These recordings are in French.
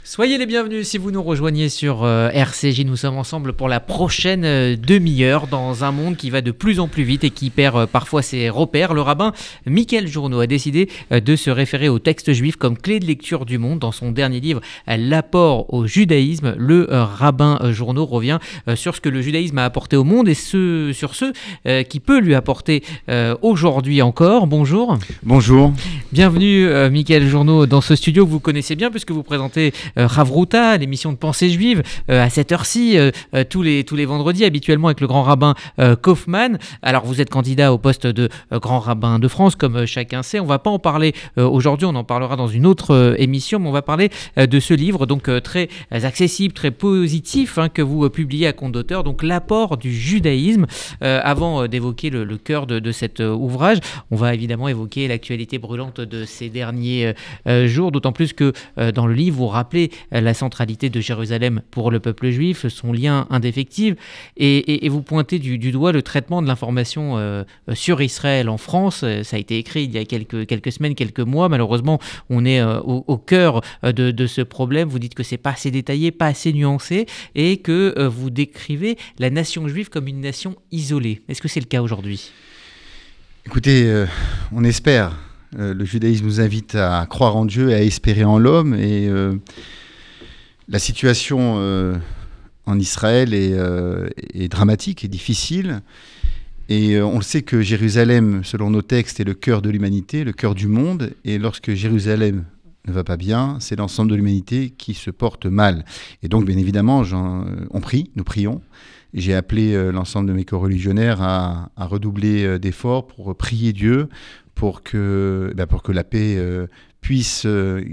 Soyez les bienvenus si vous nous rejoignez sur RCJ. Nous sommes ensemble pour la prochaine demi-heure dans un monde qui va de plus en plus vite et qui perd parfois ses repères. Le rabbin Michael Journeau a décidé de se référer au texte juif comme clé de lecture du monde. Dans son dernier livre, L'apport au judaïsme, le rabbin Journeau revient sur ce que le judaïsme a apporté au monde et sur ce qui peut lui apporter aujourd'hui encore. Bonjour. Bonjour. Bienvenue Michael Journeau dans ce studio que vous connaissez bien puisque vous présentez Ravruta, l'émission de pensée juive, à cette heure-ci, tous les vendredis, habituellement avec le grand rabbin Kaufmann. Alors vous êtes candidat au poste de grand rabbin de France, comme chacun sait. On ne va pas en parler aujourd'hui, on en parlera dans une autre émission, mais on va parler de ce livre, donc très accessible, très positif, que vous publiez à compte d'auteur, donc l'apport du judaïsme. Avant d'évoquer le cœur de cet ouvrage, on va évidemment évoquer l'actualité brûlante de ces derniers jours, d'autant plus que dans le livre, vous rappelez la centralité de Jérusalem pour le peuple juif, son lien indéfectible, et vous pointez du doigt le traitement de l'information sur Israël en France. Ça a été écrit il y a quelques semaines, quelques mois. Malheureusement, on est au cœur de ce problème. Vous dites que c'est pas assez détaillé, pas assez nuancé, et que vous décrivez la nation juive comme une nation isolée. Est-ce que c'est le cas aujourd'hui ? Écoutez, on espère. Le judaïsme nous invite à croire en Dieu et à espérer en l'homme. Et la situation en Israël est dramatique et difficile. Et on le sait que Jérusalem, selon nos textes, est le cœur de l'humanité, le cœur du monde. Et lorsque Jérusalem ne va pas bien, c'est l'ensemble de l'humanité qui se porte mal. Et donc, bien évidemment, on prie, nous prions. J'ai appelé l'ensemble de mes coreligionnaires à redoubler d'efforts pour prier Dieu, pour que la paix puisse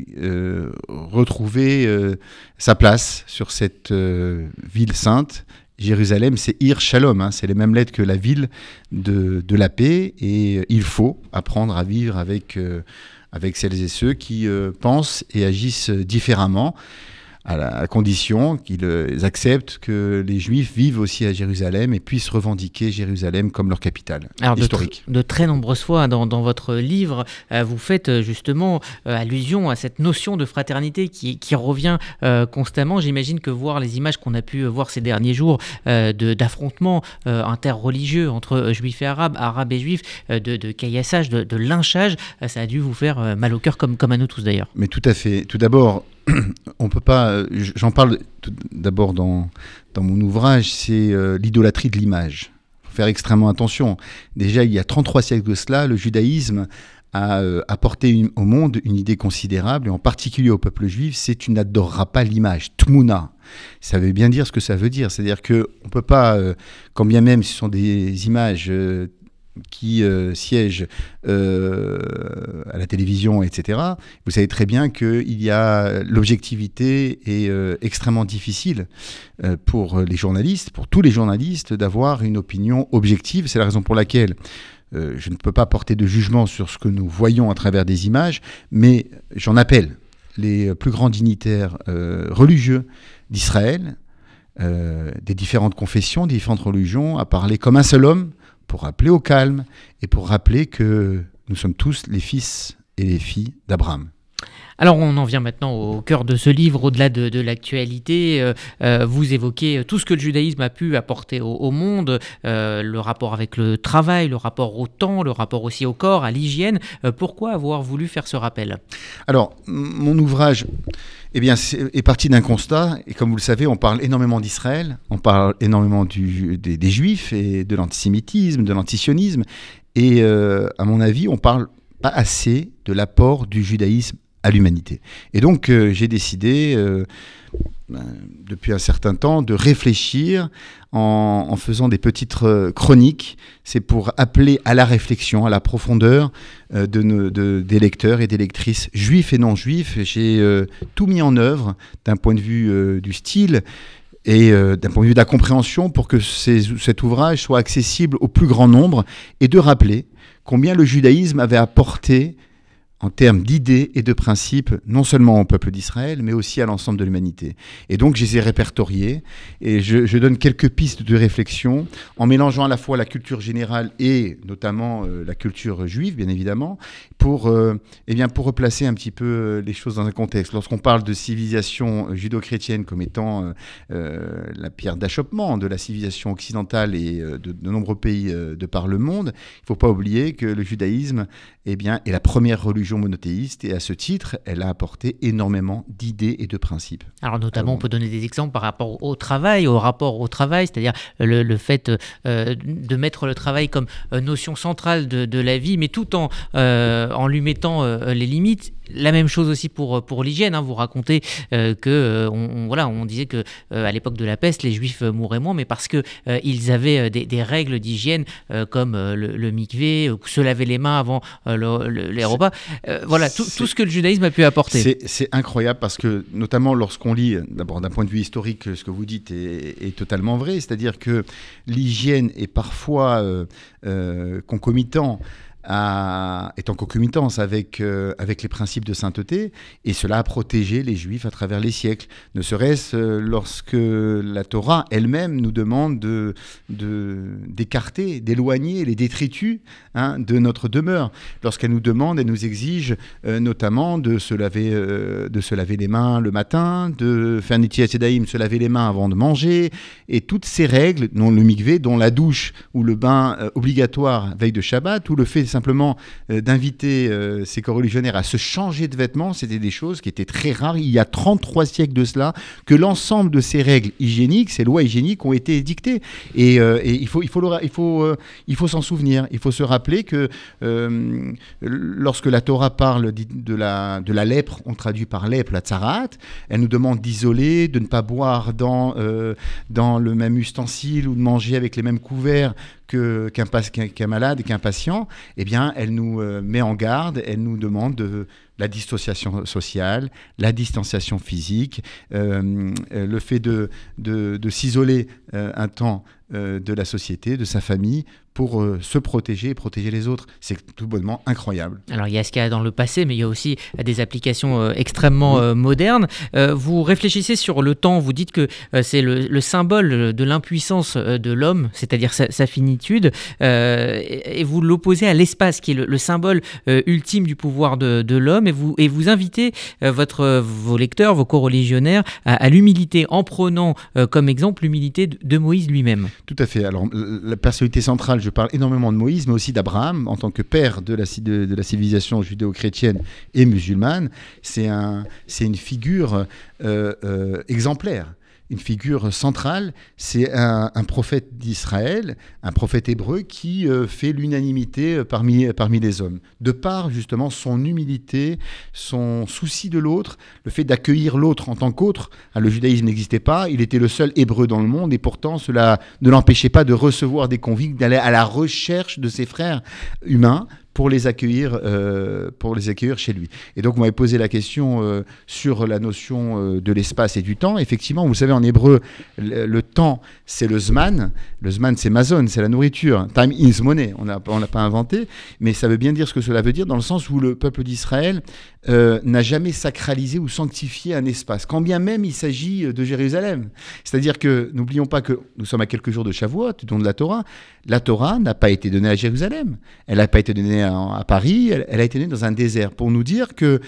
retrouver sa place sur cette ville sainte. Jérusalem, c'est Ir Shalom, c'est les mêmes lettres que la ville de la paix, et il faut apprendre à vivre avec celles et ceux qui pensent et agissent différemment, à la condition qu'ils acceptent que les Juifs vivent aussi à Jérusalem et puissent revendiquer Jérusalem comme leur capitale historique. De très nombreuses fois dans votre livre, vous faites justement allusion à cette notion de fraternité qui revient constamment. J'imagine que voir les images qu'on a pu voir ces derniers jours d'affrontements interreligieux entre Juifs et Arabes et Juifs, de caillassage, de lynchage, ça a dû vous faire mal au cœur comme à nous tous d'ailleurs. Mais tout à fait. Tout d'abord, on peut pas. J'en parle tout d'abord dans mon ouvrage, c'est l'idolâtrie de l'image. Il faut faire extrêmement attention. Déjà, il y a 33 siècles de cela, le judaïsme a apporté au monde une idée considérable, et en particulier au peuple juif, c'est tu n'adoreras pas l'image, tmouna. Ça veut bien dire ce que ça veut dire. C'est-à-dire qu'on ne peut pas, quand bien même ce sont des images qui siègent à la télévision, etc. Vous savez très bien qu'il y a l'objectivité est extrêmement difficile pour les journalistes, pour tous les journalistes, d'avoir une opinion objective. C'est la raison pour laquelle je ne peux pas porter de jugement sur ce que nous voyons à travers des images, mais j'en appelle les plus grands dignitaires religieux d'Israël, des différentes confessions, des différentes religions, à parler comme un seul homme, pour rappeler au calme et pour rappeler que nous sommes tous les fils et les filles d'Abraham. Alors on en vient maintenant au cœur de ce livre, au-delà de l'actualité. Vous évoquez tout ce que le judaïsme a pu apporter au monde, le rapport avec le travail, le rapport au temps, le rapport aussi au corps, à l'hygiène. Pourquoi avoir voulu faire ce rappel ? Alors, mon ouvrage est parti d'un constat, et comme vous le savez, on parle énormément d'Israël, on parle énormément des Juifs et de l'antisémitisme, de l'antisionisme, et à mon avis, on parle pas assez de l'apport du judaïsme à l'humanité. Et donc, j'ai décidé, depuis un certain temps, de réfléchir en faisant des petites chroniques. C'est pour appeler à la réflexion, à la profondeur des lecteurs et des lectrices juifs et non juifs. J'ai tout mis en œuvre d'un point de vue du style et d'un point de vue de la compréhension pour que cet ouvrage soit accessible au plus grand nombre, et de rappeler combien le judaïsme avait apporté en termes d'idées et de principes, non seulement au peuple d'Israël, mais aussi à l'ensemble de l'humanité. Et donc, je les ai répertoriés et je donne quelques pistes de réflexion en mélangeant à la fois la culture générale et notamment la culture juive, bien évidemment, pour replacer un petit peu les choses dans un contexte. Lorsqu'on parle de civilisation judéo-chrétienne comme étant la pierre d'achoppement de la civilisation occidentale et de nombreux pays de par le monde, il ne faut pas oublier que le judaïsme est la première religion monothéiste et à ce titre, elle a apporté énormément d'idées et de principes. Alors notamment, on peut donner des exemples par rapport au travail, au rapport au travail, c'est-à-dire le fait de mettre le travail comme notion centrale de la vie, mais tout en lui mettant les limites. La même chose aussi pour l'hygiène. Vous racontez on disait que à l'époque de la peste, les Juifs mouraient moins, mais parce que ils avaient des règles d'hygiène comme le mikvé, se laver les mains avant les repas. Tout ce que le judaïsme a pu apporter. C'est incroyable parce que, notamment lorsqu'on lit, d'abord d'un point de vue historique, ce que vous dites est totalement vrai, c'est-à-dire que l'hygiène est parfois est en concomitance avec les principes de sainteté, et cela a protégé les Juifs à travers les siècles. Ne serait-ce lorsque la Torah elle-même nous demande d'écarter, d'éloigner les détritus de notre demeure. Lorsqu'elle nous demande, elle nous exige notamment de se laver les mains le matin, de faire Netilat Yadayim, se laver les mains avant de manger, et toutes ces règles, dont le mikvé, dont la douche ou le bain obligatoire veille de Shabbat, ou le fait simplement d'inviter ces coreligionnaires à se changer de vêtements, c'était des choses qui étaient très rares. Il y a 33 siècles de cela que l'ensemble de ces règles hygiéniques, ces lois hygiéniques ont été édictées. Et il faut s'en souvenir. Il faut se rappeler que lorsque la Torah parle de la lèpre, on traduit par lèpre la tsarat, elle nous demande d'isoler, de ne pas boire dans le même ustensile ou de manger avec les mêmes couverts qu'un malade et qu'un patient. Eh bien, elle nous met en garde, elle nous demande de la dissociation sociale, la distanciation physique, le fait de s'isoler un temps de la société, de sa famille, pour se protéger et protéger les autres. C'est tout bonnement incroyable. Alors, il y a ce qu'il y a dans le passé, mais il y a aussi des applications extrêmement modernes. Vous réfléchissez sur le temps, vous dites que c'est le symbole de l'impuissance de l'homme, c'est-à-dire sa finitude, et vous l'opposez à l'espace, qui est le symbole ultime du pouvoir de l'homme, et vous invitez vos lecteurs, vos coreligionnaires, à l'humilité, en prenant comme exemple l'humilité de Moïse lui-même. Tout à fait. Alors, la personnalité centrale, je parle énormément de Moïse, mais aussi d'Abraham, en tant que père de la civilisation judéo-chrétienne et musulmane. C'est une figure exemplaire. Une figure centrale, c'est un prophète d'Israël, un prophète hébreu qui fait l'unanimité parmi les hommes. De par justement son humilité, son souci de l'autre, le fait d'accueillir l'autre en tant qu'autre. Le judaïsme n'existait pas, il était le seul hébreu dans le monde et pourtant cela ne l'empêchait pas de recevoir des convicts, d'aller à la recherche de ses frères humains pour les accueillir chez lui. Et donc, vous m'avez posé la question sur la notion de l'espace et du temps. Effectivement, vous savez, en hébreu, le temps, c'est le zman. Le zman, c'est mazon, c'est la nourriture. Time is money, on l'a pas inventé, mais ça veut bien dire ce que cela veut dire, dans le sens où le peuple d'Israël n'a jamais sacralisé ou sanctifié un espace, quand bien même il s'agit de Jérusalem. C'est-à-dire que, n'oublions pas que nous sommes à quelques jours de Shavuot, du don de la Torah. La Torah n'a pas été donnée à Jérusalem. Elle n'a pas été donnée à Paris, elle a été née dans un désert, pour nous dire que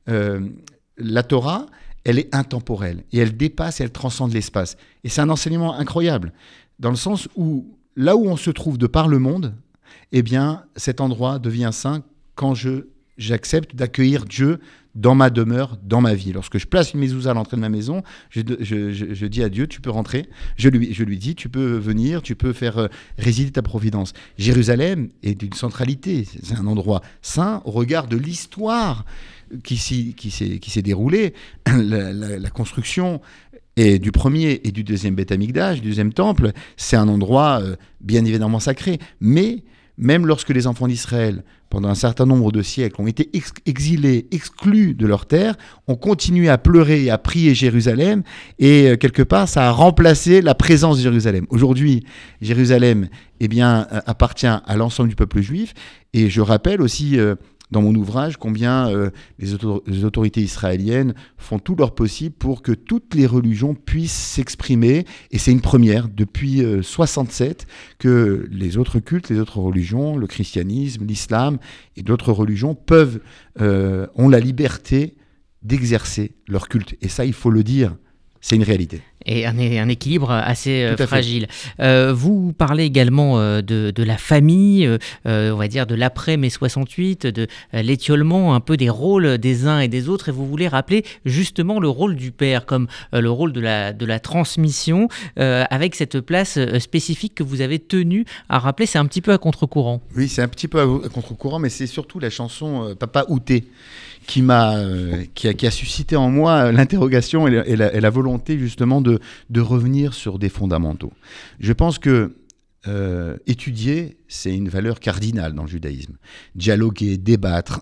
la Torah, elle est intemporelle, et elle dépasse, elle transcende l'espace. Et c'est un enseignement incroyable, dans le sens où, là où on se trouve de par le monde, eh bien, cet endroit devient saint quand j'accepte d'accueillir Dieu dans ma demeure, dans ma vie. Lorsque je place une mezouza à l'entrée de ma maison, je dis à Dieu, tu peux rentrer. Je lui dis, tu peux venir, tu peux faire résider ta providence. Jérusalem est d'une centralité. C'est un endroit saint au regard de l'histoire qui s'est déroulée. La construction et du premier et du deuxième Beth Amikdash, du deuxième temple, c'est un endroit bien évidemment sacré. Mais même lorsque les enfants d'Israël, pendant un certain nombre de siècles, ont été exilés, exclus de leur terre, ont continué à pleurer et à prier Jérusalem, et quelque part, ça a remplacé la présence de Jérusalem. Aujourd'hui, Jérusalem appartient à l'ensemble du peuple juif, et je rappelle aussi dans mon ouvrage combien les autorités israéliennes font tout leur possible pour que toutes les religions puissent s'exprimer. Et c'est une première depuis 67 que les autres cultes, les autres religions, le christianisme, l'islam et d'autres religions ont la liberté d'exercer leur culte. Et ça, il faut le dire, c'est une réalité. Et un équilibre assez fragile. Vous parlez également de la famille, on va dire de l'après-mai 68, de l'étiolement un peu des rôles des uns et des autres, et vous voulez rappeler justement le rôle du père, comme le rôle de la transmission, avec cette place spécifique que vous avez tenu à rappeler. C'est un petit peu à contre-courant. Oui, c'est un petit peu à contre-courant, mais c'est surtout la chanson Papa Outé qui a suscité en moi l'interrogation et la volonté justement de revenir sur des fondamentaux. Je pense que étudier, c'est une valeur cardinale dans le judaïsme. Dialoguer, débattre,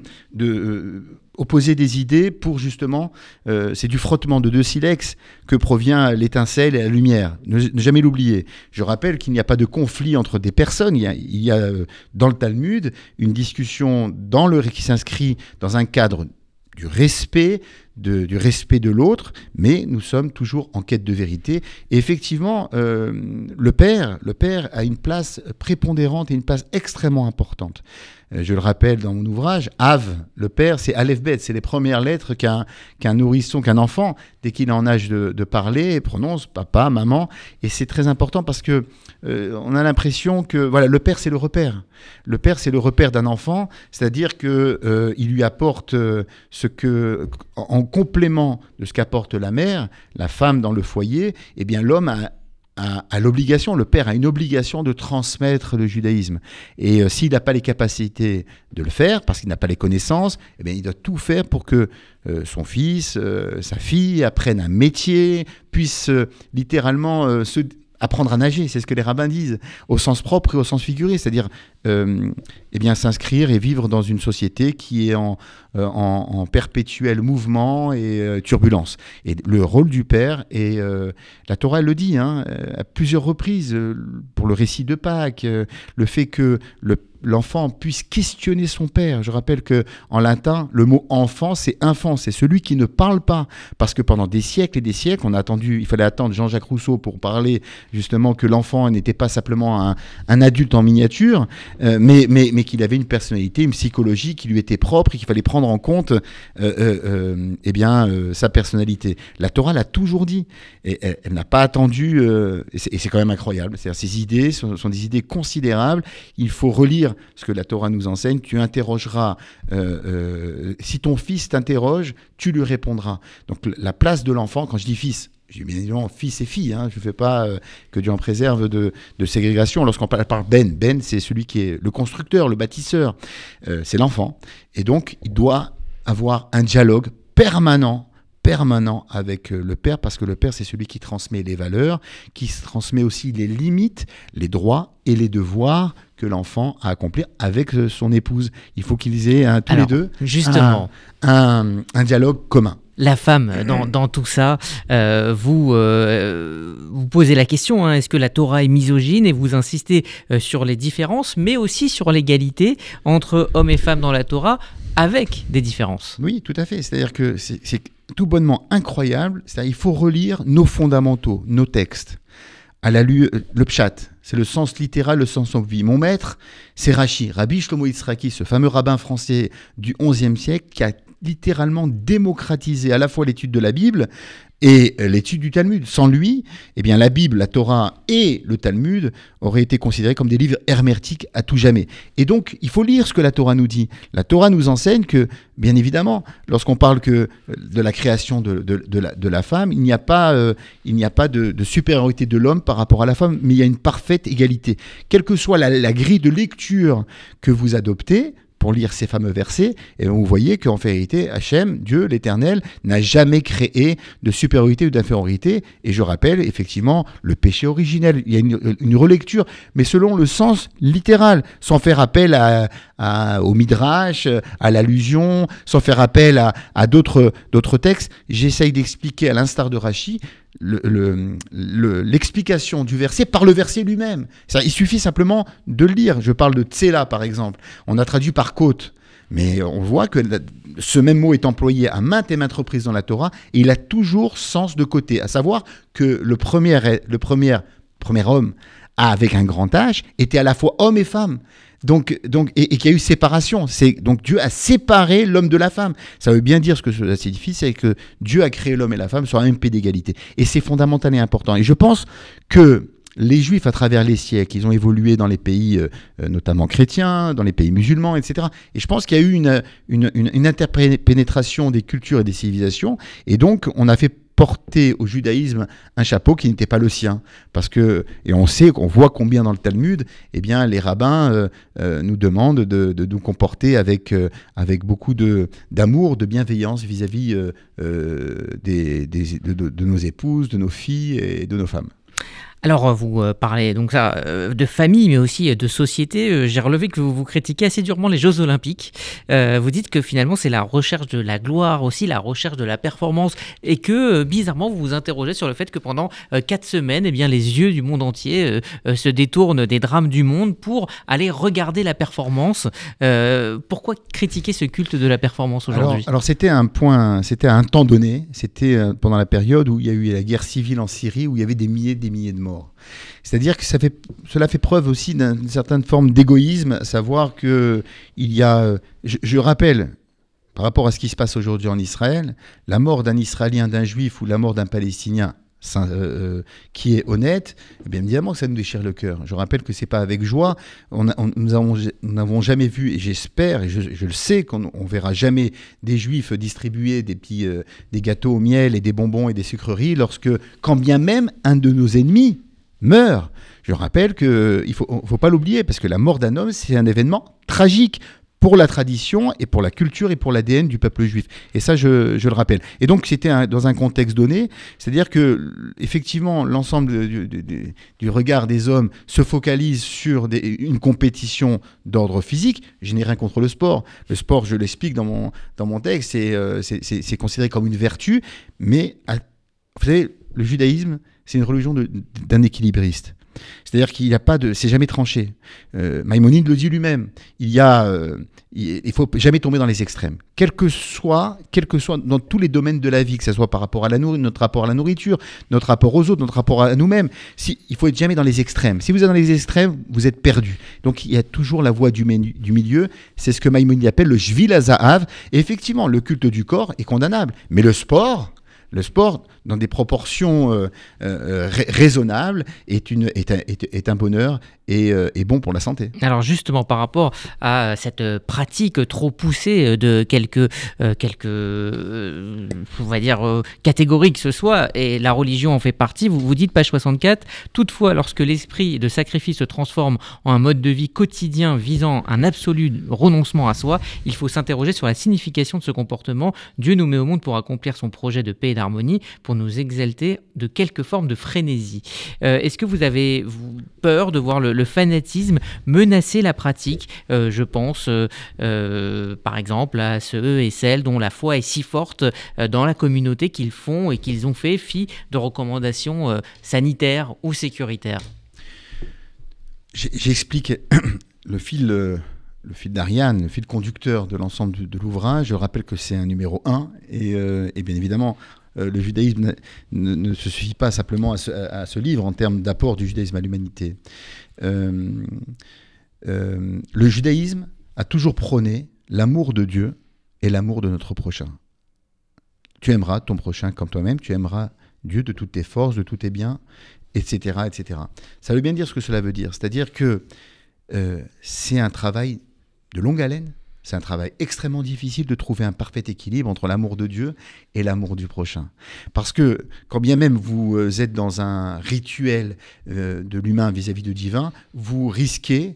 opposer des idées pour justement, c'est du frottement de deux silex que provient l'étincelle et la lumière. Ne jamais l'oublier. Je rappelle qu'il n'y a pas de conflit entre des personnes. Il y a dans le Talmud une discussion qui s'inscrit dans un cadre du respect de l'autre, mais nous sommes toujours en quête de vérité. Et effectivement, le père a une place prépondérante et une place extrêmement importante. Je le rappelle dans mon ouvrage, Av, le père, c'est Aleph Bet, c'est les premières lettres qu'un nourrisson, qu'un enfant, dès qu'il est en âge de parler, prononce papa, maman. Et c'est très important parce que on a l'impression que voilà, le père, c'est le repère. Le père, c'est le repère d'un enfant, c'est-à-dire que il lui apporte en complément de ce qu'apporte la mère, la femme dans le foyer, eh bien l'homme a l'obligation, le père a une obligation de transmettre le judaïsme. Et s'il n'a pas les capacités de le faire, parce qu'il n'a pas les connaissances, eh bien, il doit tout faire pour que son fils, sa fille apprennent un métier, puissent littéralement apprendre à nager, c'est ce que les rabbins disent, au sens propre et au sens figuré, c'est-à-dire eh bien, s'inscrire et vivre dans une société qui est en perpétuel mouvement et turbulence. Et le rôle du père, et la Torah elle le dit à plusieurs reprises, pour le récit de Pâques, le fait que l'enfant puisse questionner son père. Je rappelle qu'en latin, le mot enfant, c'est infant, c'est celui qui ne parle pas. Parce que pendant des siècles et des siècles, il fallait attendre Jean-Jacques Rousseau pour parler justement que l'enfant n'était pas simplement un adulte en miniature, mais qu'il avait une personnalité, une psychologie qui lui était propre et qu'il fallait prendre en compte sa personnalité. La Torah l'a toujours dit. Et elle n'a pas attendu, et c'est quand même incroyable. C'est-à-dire, ces idées sont des idées considérables. Il faut relire ce que la Torah nous enseigne. Tu interrogeras, si ton fils t'interroge, tu lui répondras. Donc la place de l'enfant, quand je dis fils, je dis bien évidemment fils et fille, je ne fais pas que Dieu en préserve de ségrégation. Lorsqu'on parle Ben, c'est celui qui est le constructeur, le bâtisseur, c'est l'enfant. Et donc il doit avoir un dialogue permanent avec le père, parce que le père, c'est celui qui transmet les valeurs, qui transmet aussi les limites, les droits et les devoirs que l'enfant a à accomplir avec son épouse. Il faut qu'ils aient tous les deux justement un dialogue commun. La femme, dans tout ça, vous posez la question, est-ce que la Torah est misogyne, et vous insistez sur les différences, mais aussi sur l'égalité entre hommes et femmes dans la Torah, avec des différences. Oui, tout à fait. C'est-à-dire que c'est tout bonnement incroyable. C'est-à-dire qu'il faut relire nos fondamentaux, nos textes. Le pshat, c'est le sens littéral, le sens en vie. Mon maître, c'est Rabbi Shlomo Yitzhaki, ce fameux rabbin français du XIe siècle, qui a littéralement démocratisé à la fois l'étude de la Bible et l'étude du Talmud. Sans lui, eh bien, la Bible, la Torah et le Talmud auraient été considérés comme des livres hermétiques à tout jamais. Et donc, il faut lire ce que la Torah nous dit. La Torah nous enseigne que, bien évidemment, lorsqu'on parle de la création de la femme, il n'y a pas de supériorité de l'homme par rapport à la femme, mais il y a une parfaite égalité. Quelle que soit la grille de lecture que vous adoptez, pour lire ces fameux versets, et vous voyez qu'en vérité, Hachem, Dieu, l'Éternel, n'a jamais créé de supériorité ou d'infériorité. Et je rappelle, effectivement, le péché originel. Il y a une relecture, mais selon le sens littéral, sans faire appel au midrash, à l'allusion, sans faire appel à d'autres textes. J'essaye d'expliquer, à l'instar de Rashi, l'explication du verset par le verset lui-même. Il suffit simplement de le lire. Je parle de Tsela, par exemple. On a traduit par côte. Mais on voit que ce même mot est employé à maintes et maintes reprises dans la Torah, et il a toujours sens de côté, à savoir que le premier homme avec un grand H était à la fois homme et femme. Donc, et qu'il y a eu séparation. Donc Dieu a séparé l'homme de la femme. Ça veut bien dire ce que cela signifie, c'est que Dieu a créé l'homme et la femme sur un même pied d'égalité. Et c'est fondamental et important. Et je pense que les Juifs, à travers les siècles, ils ont évolué dans les pays, notamment chrétiens, dans les pays musulmans, etc. Et je pense qu'il y a eu une interpénétration des cultures et des civilisations. Et donc, on a fait porter au judaïsme un chapeau qui n'était pas le sien. Et on voit combien dans le Talmud, eh bien, les rabbins nous demandent de nous comporter avec beaucoup d'amour, de bienveillance vis-à-vis de nos épouses, de nos filles et de nos femmes. Alors, vous parlez donc ça de famille, mais aussi de société. J'ai relevé que vous critiquez assez durement les Jeux Olympiques. Vous dites que finalement, c'est la recherche de la gloire aussi, la recherche de la performance, et que bizarrement, vous vous interrogez sur le fait que pendant 4 semaines, eh bien, les yeux du monde entier se détournent des drames du monde pour aller regarder la performance. Pourquoi critiquer ce culte de la performance aujourd'hui ? Alors c'était un temps donné, c'était pendant la période où il y a eu la guerre civile en Syrie, où il y avait des milliers de morts. C'est-à-dire que cela fait preuve aussi d'une certaine forme d'égoïsme, à savoir qu'il y a... Je rappelle, par rapport à ce qui se passe aujourd'hui en Israël, la mort d'un Israélien, d'un Juif ou la mort d'un Palestinien qui est honnête, eh bien évidemment que ça nous déchire le cœur. Je rappelle que c'est pas avec joie. Nous n'avons jamais vu, et j'espère, et je le sais, qu'on verra jamais des Juifs distribuer des gâteaux au miel et des bonbons et des sucreries quand bien même un de nos ennemis meurt. Je rappelle qu'il faut pas l'oublier, parce que la mort d'un homme, c'est un événement tragique pour la tradition et pour la culture et pour l'ADN du peuple juif. Et ça, je le rappelle. Et donc, c'était dans un contexte donné, c'est-à-dire que, effectivement, l'ensemble du regard des hommes se focalise sur une compétition d'ordre physique. Je n'ai rien contre le sport. Le sport, je l'explique dans mon texte, c'est considéré comme une vertu, mais, vous savez, le judaïsme, c'est une religion d'un équilibriste. C'est-à-dire qu'il n'y a pas c'est jamais tranché. Maïmonide le dit lui-même. Il faut jamais tomber dans les extrêmes. Quel que soit dans tous les domaines de la vie, que ce soit par rapport à notre rapport à la nourriture, notre rapport aux autres, notre rapport à nous-mêmes. Il faut être jamais dans les extrêmes. Si vous êtes dans les extrêmes, vous êtes perdu. Donc il y a toujours la voie du milieu. C'est ce que Maïmonide appelle le Shvil HaZahav. Et effectivement, le culte du corps est condamnable. Mais le sport, dans des proportions raisonnables, est un bonheur et bon pour la santé. Alors justement, par rapport à cette pratique trop poussée de quelques on va dire, catégories que ce soit, et la religion en fait partie, vous dites, page 64, toutefois, lorsque l'esprit de sacrifice se transforme en un mode de vie quotidien visant un absolu renoncement à soi, il faut s'interroger sur la signification de ce comportement. Dieu nous met au monde pour accomplir son projet de paix et d'harmonie, pour nous exalter de quelque forme de frénésie. Est-ce que vous avez peur de voir le fanatisme menacer la pratique ? Je pense par exemple à ceux et celles dont la foi est si forte dans la communauté qu'ils font et qu'ils ont fait fi de recommandations sanitaires ou sécuritaires. J'explique le fil d'Ariane, le fil conducteur de l'ensemble de l'ouvrage. Je rappelle que c'est un numéro 1 et bien évidemment le judaïsme ne se suffit pas simplement à ce livre en termes d'apport du judaïsme à l'humanité. Le judaïsme a toujours prôné l'amour de Dieu et l'amour de notre prochain. Tu aimeras ton prochain comme toi-même, tu aimeras Dieu de toutes tes forces, de tous tes biens, etc., etc. Ça veut bien dire ce que cela veut dire. C'est-à-dire que c'est un travail de longue haleine. C'est un travail extrêmement difficile de trouver un parfait équilibre entre l'amour de Dieu et l'amour du prochain. Parce que, quand bien même vous êtes dans un rituel de l'humain vis-à-vis du divin, vous risquez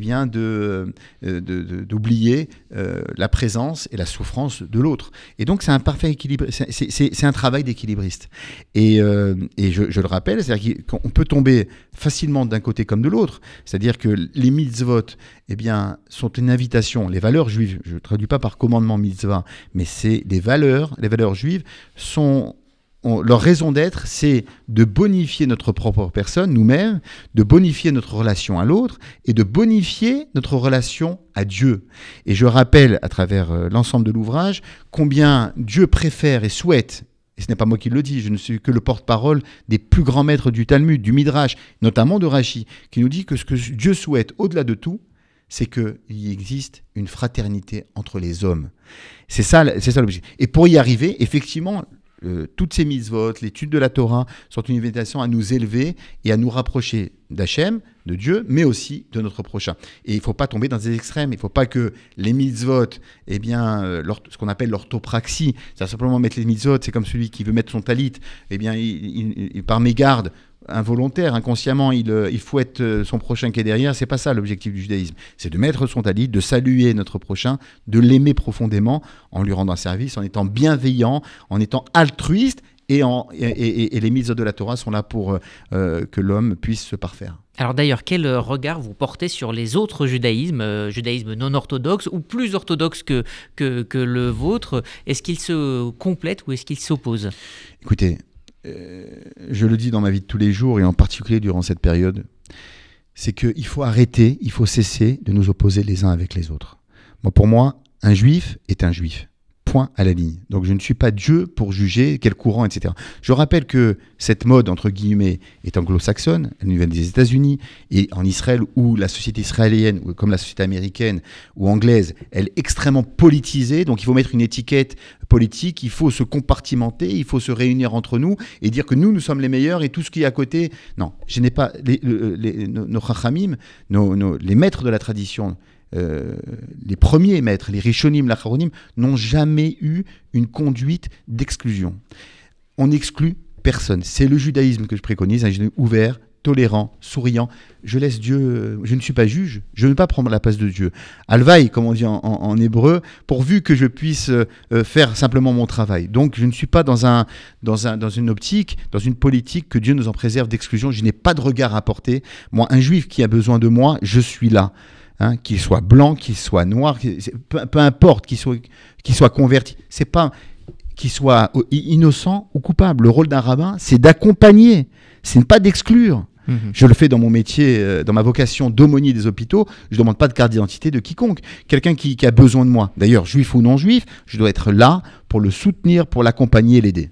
d'oublier la présence et la souffrance de l'autre. Et donc, c'est un parfait équilibre, c'est un travail d'équilibriste. Et je le rappelle, c'est-à-dire qu'on peut tomber facilement d'un côté comme de l'autre. C'est-à-dire que les mitzvot, sont une invitation. Les valeurs juives, je ne traduis pas par commandement mitzvah, mais c'est les valeurs juives sont leur raison d'être, c'est de bonifier notre propre personne, nous-mêmes, de bonifier notre relation à l'autre et de bonifier notre relation à Dieu. Et je rappelle, à travers l'ensemble de l'ouvrage, combien Dieu préfère et souhaite, et ce n'est pas moi qui le dis, je ne suis que le porte-parole des plus grands maîtres du Talmud, du Midrash, notamment de Rashi, qui nous dit que ce que Dieu souhaite au-delà de tout, c'est qu'il existe une fraternité entre les hommes. C'est ça l'objectif. Et pour y arriver, effectivement, toutes ces mitzvot, l'étude de la Torah sont une invitation à nous élever et à nous rapprocher d'Hachem, de Dieu, mais aussi de notre prochain. Et il ne faut pas tomber dans des extrêmes. Il ne faut pas que les mitzvot, ce qu'on appelle l'orthopraxie, c'est simplement mettre les mitzvot, c'est comme celui qui veut mettre son talit, par mégarde, involontaire, inconsciemment, il fouette son prochain qui est derrière. C'est pas ça l'objectif du judaïsme. C'est de mettre son talit, de saluer notre prochain, de l'aimer profondément en lui rendant service, en étant bienveillant, en étant altruiste. Et les mitzvot de la Torah sont là pour que l'homme puisse se parfaire. Alors d'ailleurs, quel regard vous portez sur les autres judaïsmes, judaïsme non orthodoxe ou plus orthodoxe que le vôtre? Est-ce qu'ils se complètent ou est-ce qu'ils s'opposent? Écoutez, je le dis dans ma vie de tous les jours et en particulier durant cette période, c'est qu'il faut arrêter, il faut cesser de nous opposer les uns avec les autres. Pour moi, un juif est un juif. Point à la ligne. Donc je ne suis pas Dieu pour juger quel courant, etc. Je rappelle que cette mode, entre guillemets, est anglo-saxonne, elle nous vient des États-Unis, et en Israël, où la société israélienne, ou comme la société américaine ou anglaise, elle est extrêmement politisée, donc il faut mettre une étiquette politique, il faut se compartimenter, il faut se réunir entre nous et dire que nous sommes les meilleurs et tout ce qui est à côté. Non, je n'ai pas nos chachamim, les maîtres de la tradition, les premiers maîtres, les rishonim, l'acharonim, n'ont jamais eu une conduite d'exclusion. On n'exclut personne. C'est le judaïsme que je préconise, un judaïsme ouvert, tolérant, souriant. Je laisse Dieu, je ne suis pas juge, je ne veux pas prendre la place de Dieu. Alvaï, comme on dit en hébreu, pourvu que je puisse faire simplement mon travail. Donc je ne suis pas dans une optique, dans une politique que Dieu nous en préserve d'exclusion. Je n'ai pas de regard à porter. Moi, un juif qui a besoin de moi, je suis là. Qu'il soit blanc, qu'il soit noir, peu importe, qu'il soit converti, c'est pas qu'il soit innocent ou coupable. Le rôle d'un rabbin, c'est d'accompagner, c'est pas d'exclure. Je le fais dans mon métier, dans ma vocation d'aumônier des hôpitaux. Je ne demande pas de carte d'identité de quiconque. Quelqu'un qui a besoin de moi, d'ailleurs juif ou non juif, je dois être là pour le soutenir, pour l'accompagner et l'aider.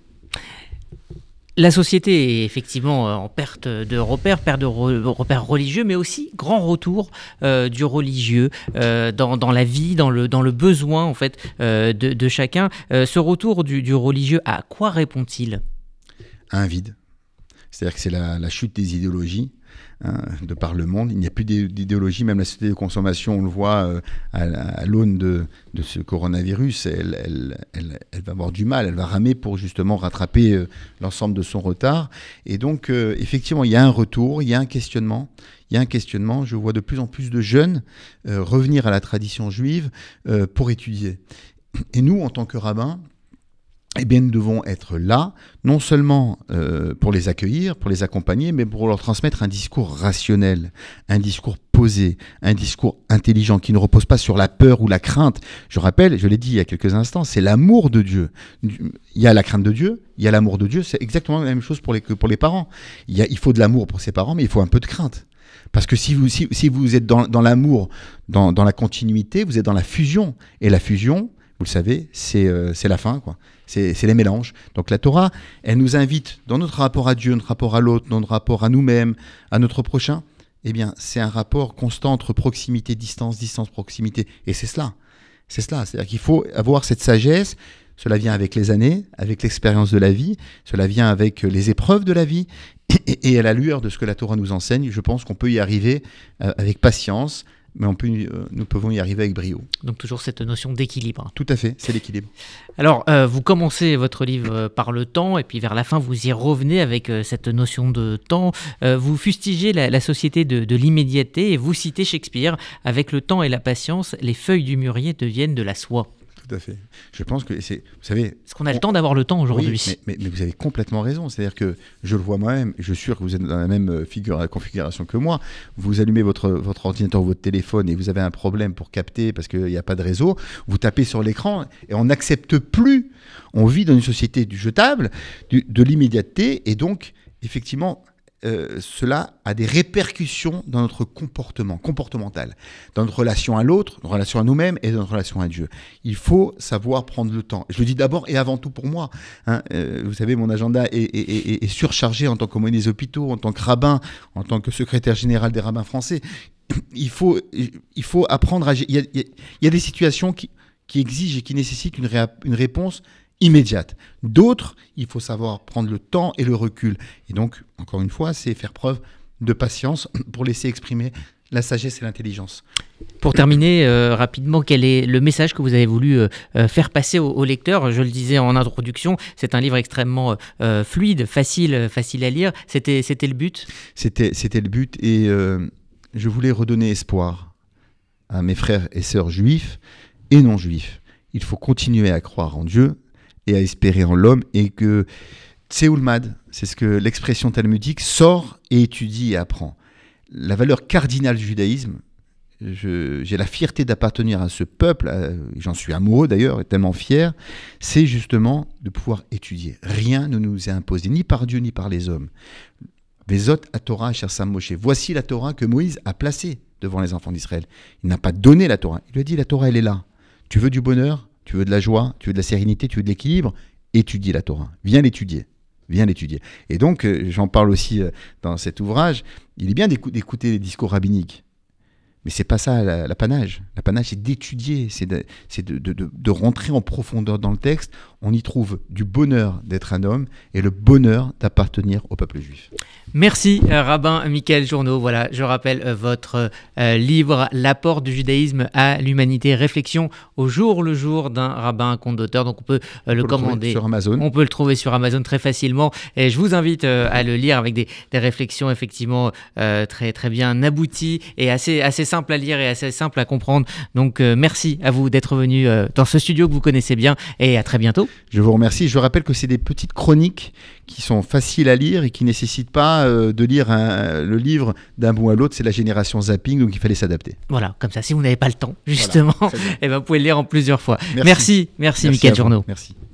La société est effectivement en perte de repères religieux, mais aussi grand retour du religieux dans la vie, dans le besoin en fait de chacun. Ce retour du religieux, à quoi répond-il? À un vide. C'est-à-dire que c'est la chute des idéologies de par le monde. Il n'y a plus d'idéologie, même la société de consommation, on le voit à l'aune de ce coronavirus, elle va avoir du mal, elle va ramer pour justement rattraper l'ensemble de son retard. Et donc, effectivement, il y a un retour, il y a un questionnement. Je vois de plus en plus de jeunes revenir à la tradition juive pour étudier. Et nous, en tant que rabbins, nous devons être là, non seulement pour les accueillir, pour les accompagner, mais pour leur transmettre un discours rationnel, un discours posé, un discours intelligent qui ne repose pas sur la peur ou la crainte. Je rappelle, je l'ai dit il y a quelques instants, c'est l'amour de Dieu. Il y a la crainte de Dieu, il y a l'amour de Dieu, c'est exactement la même chose que pour les parents. Il faut de l'amour pour ses parents, mais il faut un peu de crainte. Parce que si vous êtes dans l'amour, dans la continuité, vous êtes dans la fusion. Et la fusion, vous le savez, c'est la fin, quoi. C'est les mélanges. Donc la Torah, elle nous invite, dans notre rapport à Dieu, notre rapport à l'autre, notre rapport à nous-mêmes, à notre prochain, c'est un rapport constant entre proximité, distance, proximité. Et c'est cela. C'est-à-dire qu'il faut avoir cette sagesse. Cela vient avec les années, avec l'expérience de la vie. Cela vient avec les épreuves de la vie. Et à la lueur de ce que la Torah nous enseigne, je pense qu'on peut y arriver avec patience, mais nous pouvons y arriver avec brio. Donc toujours cette notion d'équilibre. Tout à fait, c'est l'équilibre. Alors, vous commencez votre livre par le temps, et puis vers la fin, vous y revenez avec cette notion de temps. Vous fustigez la société de l'immédiateté, et vous citez Shakespeare, avec le temps et la patience, les feuilles du mûrier deviennent de la soie. tout à fait. Je pense que vous savez... Est-ce qu'on a le temps d'avoir le temps aujourd'hui? Oui, mais vous avez complètement raison. C'est-à-dire que je le vois moi-même, et je suis sûr que vous êtes dans la même configuration que moi. Vous allumez votre ordinateur ou votre téléphone et vous avez un problème pour capter parce qu'il n'y a pas de réseau. Vous tapez sur l'écran et on n'accepte plus. On vit dans une société du jetable, de l'immédiateté, et donc, effectivement... cela a des répercussions dans notre comportement comportemental, dans notre relation à l'autre, notre relation à nous-mêmes et dans notre relation à Dieu. Il faut savoir prendre le temps. Je le dis d'abord et avant tout pour moi. Vous savez, mon agenda est surchargé en tant qu'aumônier des hôpitaux, en tant que rabbin, en tant que secrétaire général des rabbins français. Il faut apprendre à... Il y a des situations qui exigent et qui nécessitent une réponse immédiate. D'autres, il faut savoir prendre le temps et le recul. Et donc, encore une fois, c'est faire preuve de patience pour laisser exprimer la sagesse et l'intelligence. Pour terminer rapidement, quel est le message que vous avez voulu faire passer aux lecteurs? Je le disais en introduction, c'est un livre extrêmement fluide, facile à lire. C'était le but? C'était le but, et je voulais redonner espoir à mes frères et sœurs juifs et non juifs. Il faut continuer à croire en Dieu et à espérer en l'homme, et que Tseoulmad, c'est ce que l'expression talmudique, sort et étudie et apprend. La valeur cardinale du judaïsme, j'ai la fierté d'appartenir à ce peuple, j'en suis amoureux d'ailleurs et tellement fier, c'est justement de pouvoir étudier. Rien ne nous est imposé, ni par Dieu ni par les hommes. Vezot à Torah, cher Sam Moshe. Voici la Torah que Moïse a placée devant les enfants d'Israël. Il n'a pas donné la Torah, il lui a dit la Torah elle est là. Tu veux du bonheur? Tu veux de la joie, tu veux de la sérénité, tu veux de l'équilibre, étudie la Torah. Viens l'étudier. Et donc, j'en parle aussi dans cet ouvrage, il est bien d'écouter les discours rabbiniques. Mais c'est pas ça l'apanage. L'apanage, c'est d'étudier, c'est de rentrer en profondeur dans le texte. On y trouve du bonheur d'être un homme et le bonheur d'appartenir au peuple juif. Merci, rabbin Michael Journeau. Voilà, je rappelle votre livre « L'apport du judaïsme à l'humanité. Réflexion au jour le jour d'un rabbin, un conte d'auteur ». Donc on peut le commander sur Amazon. On peut le trouver sur Amazon très facilement. Et je vous invite à le lire avec des réflexions effectivement très, très bien abouties et assez simple à lire et assez simple à comprendre. Donc merci à vous d'être venu dans ce studio que vous connaissez bien, et à très bientôt. Je vous remercie. Je rappelle que c'est des petites chroniques qui sont faciles à lire et qui ne nécessitent pas de lire le livre d'un bout à l'autre. C'est la génération zapping, donc il fallait s'adapter. Voilà, comme ça, si vous n'avez pas le temps, justement, voilà, vous pouvez le lire en plusieurs fois. Merci Michael Journeau. Merci.